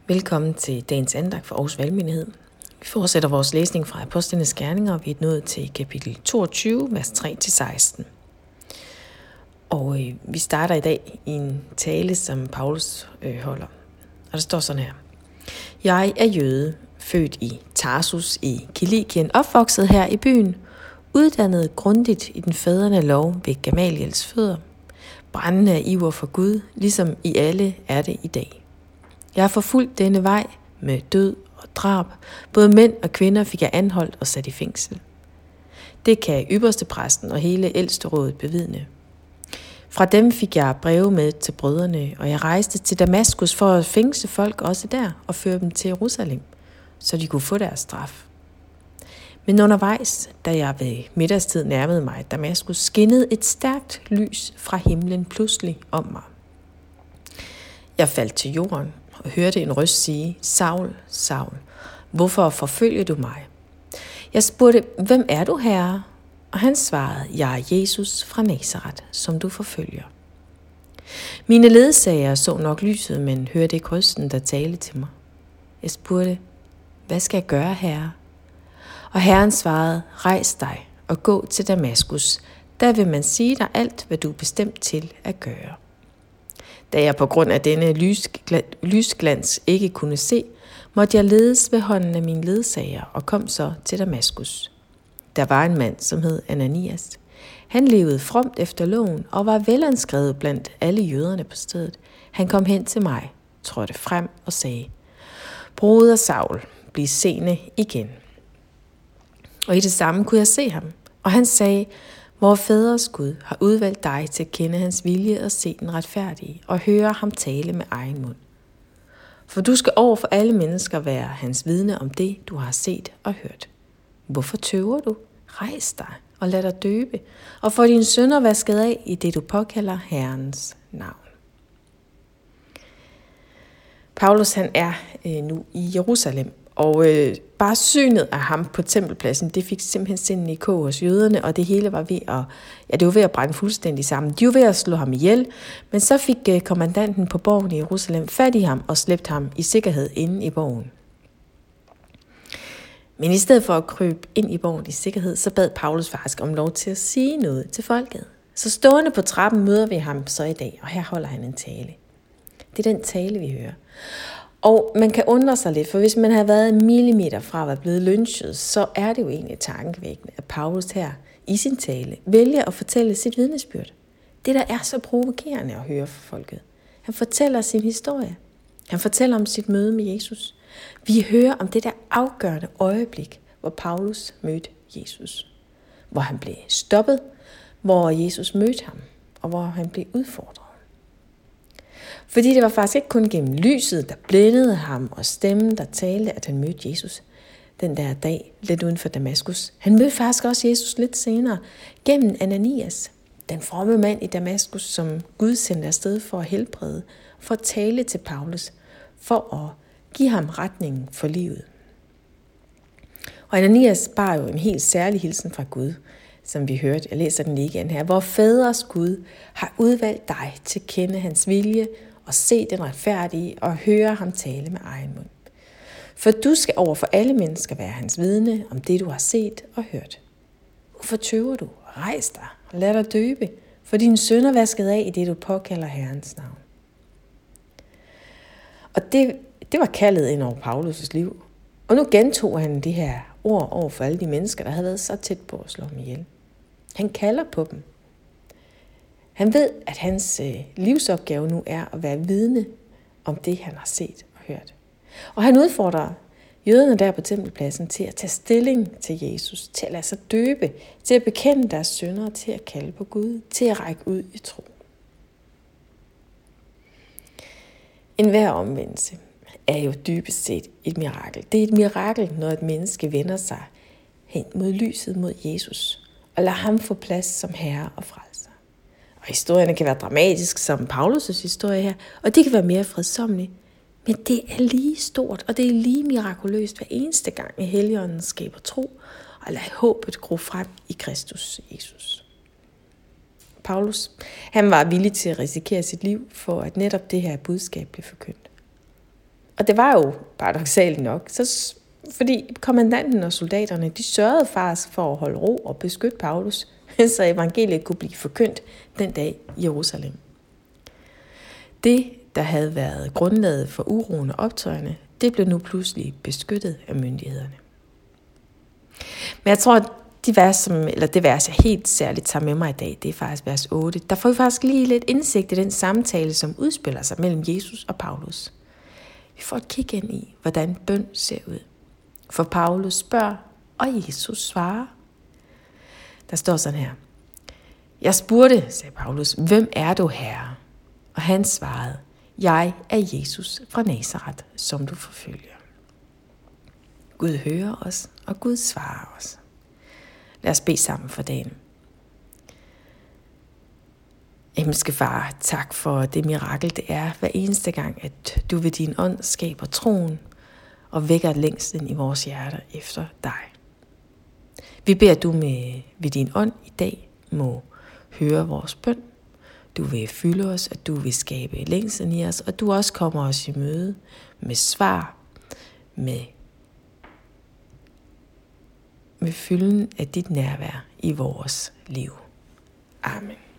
Velkommen til dagens andagt for Aarhus Valgmenighed. Vi fortsætter vores læsning fra Apostlenes Gerninger, og vi er nået til kapitel 22, vers 3-16. Og vi starter i dag i en tale, som Paulus holder. Og der står sådan her. Jeg er jøde, født i Tarsus i Kilikien, opvokset her i byen, uddannet grundigt i den fædrene lov ved Gamaliels fødder, brændende af iver for Gud, ligesom I alle er det i dag. Jeg har forfulgt denne vej med død og drab. Både mænd og kvinder fik jeg anholdt og sat i fængsel. Det kan ypperstepræsten og hele ældsterådet bevidne. Fra dem fik jeg breve med til brødrene, og jeg rejste til Damaskus for at fængsle folk også der og føre dem til Jerusalem, så de kunne få deres straf. Men undervejs, da jeg ved middagstid nærmede mig Damaskus, skinnede et stærkt lys fra himlen pludselig om mig. Jeg faldt til jorden og hørte en røst sige, Saul, Saul, hvorfor forfølger du mig? Jeg spurgte, hvem er du, Herre? Og han svarede, jeg er Jesus fra Nazaret, som du forfølger. Mine ledsager så nok lyset, men hørte ikke røsten, der talte til mig. Jeg spurgte, hvad skal jeg gøre, Herre? Og Herren svarede, rejs dig og gå til Damaskus, der vil man sige dig alt, hvad du er bestemt til at gøre. Da jeg på grund af denne lysglans ikke kunne se, måtte jeg ledes ved hånden af mine ledsager og kom så til Damaskus. Der var en mand, som hed Ananias. Han levede fromt efter loven og var velanskrevet blandt alle jøderne på stedet. Han kom hen til mig, trådte frem og sagde, Broder Saul, bliv seende igen. Og i det samme kunne jeg se ham, og han sagde, vor fædres Gud har udvalgt dig til at kende hans vilje og se den retfærdige, og høre ham tale med egen mund. For du skal over for alle mennesker være hans vidne om det, du har set og hørt. Hvorfor tøver du? Rejs dig og lad dig døbe, og få dine synder vasket af i det, du påkalder Herrens navn. Paulus han er nu i Jerusalem, og bare synet af ham på tempelpladsen, det fik simpelthen sinden i kog hos jøderne, og det hele var ved at brænde fuldstændig sammen. De var ved at slå ham ihjel, men så fik kommandanten på borgen i Jerusalem fat i ham og slæbte ham i sikkerhed inde i borgen. Men i stedet for at krybe ind i borgen i sikkerhed, så bad Paulus faktisk om lov til at sige noget til folket. Så stående på trappen møder vi ham så i dag, og her holder han en tale. Det er den tale, vi hører. Og man kan undre sig lidt, for hvis man har været en millimeter fra at være blevet lynchet, så er det jo egentlig tankevækkende, at Paulus her i sin tale vælger at fortælle sit vidnesbyrd. Det, der er så provokerende at høre for folket. Han fortæller sin historie. Han fortæller om sit møde med Jesus. Vi hører om det der afgørende øjeblik, hvor Paulus mødte Jesus. Hvor han blev stoppet, hvor Jesus mødte ham, og hvor han blev udfordret. Fordi det var faktisk ikke kun gennem lyset, der blændede ham, og stemmen, der talte, at han mødte Jesus den der dag, lidt uden for Damaskus. Han mødte faktisk også Jesus lidt senere, gennem Ananias, den fromme mand i Damaskus, som Gud sendte afsted for at helbrede, for at tale til Paulus, for at give ham retningen for livet. Og Ananias bar jo en helt særlig hilsen fra Gud, som vi hørte. Jeg læser den lige igen her. Hvor fædres Gud har udvalgt dig til at kende hans vilje, og se den retfærdige, og høre ham tale med egen mund. For du skal over for alle mennesker være hans vidne om det, du har set og hørt. Hvorfor tøver du? Rejs dig og lad dig døbe, for dine synder vasket af i det, du påkalder Herrens navn. Og det var kaldet ind over Paulus' liv. Og nu gentog han det her ord over for alle de mennesker, der havde været så tæt på at slå ham ihjel. Han kalder på dem. Han ved, at hans livsopgave nu er at være vidne om det, han har set og hørt. Og han udfordrer jøderne der på tempelpladsen til at tage stilling til Jesus, til at lade sig døbe, til at bekende deres synder, til at kalde på Gud, til at række ud i tro. Enhver omvendelse er jo dybest set et mirakel. Det er et mirakel, når et menneske vender sig hen mod lyset, mod Jesus, og lader ham få plads som herre og frelser. Og historierne kan være dramatisk, som Paulus' historie her, og det kan være mere fredsommelige. Men det er lige stort, og det er lige mirakuløst hver eneste gang, at Helligånden skaber tro, og lader håbet gro frem i Kristus Jesus. Paulus, han var villig til at risikere sit liv, for at netop det her budskab blev forkyndt. Og det var jo paradoksalt nok, fordi kommandanten og soldaterne, de sørgede faktisk for at holde ro og beskytte Paulus, så evangeliet kunne blive forkyndt den dag i Jerusalem. Det, der havde været grundlaget for uroen og optøjerne, det blev nu pludselig beskyttet af myndighederne. Men jeg tror, at det vers, jeg helt særligt tager med mig i dag, det er faktisk vers 8. Der får vi faktisk lige lidt indsigt i den samtale, som udspiller sig mellem Jesus og Paulus. Vi får et kig ind i, hvordan bøn ser ud. For Paulus spørger, og Jesus svarer. Der står sådan her. Jeg spurgte, sagde Paulus, hvem er du, Herre? Og han svarede, jeg er Jesus fra Nazaret, som du forfølger. Gud hører os, og Gud svarer os. Lad os bede sammen for dagen. Himmelske Far, tak for det mirakel, det er hver eneste gang, at du ved din ånd skaber troen og vækker længslen i vores hjerter efter dig. Vi beder, at du ved din ånd i dag må høre vores bøn. Du vil fylde os, at du vil skabe længslen i os, og du også kommer os i møde med svar, med fylden af dit nærvær i vores liv. Amen.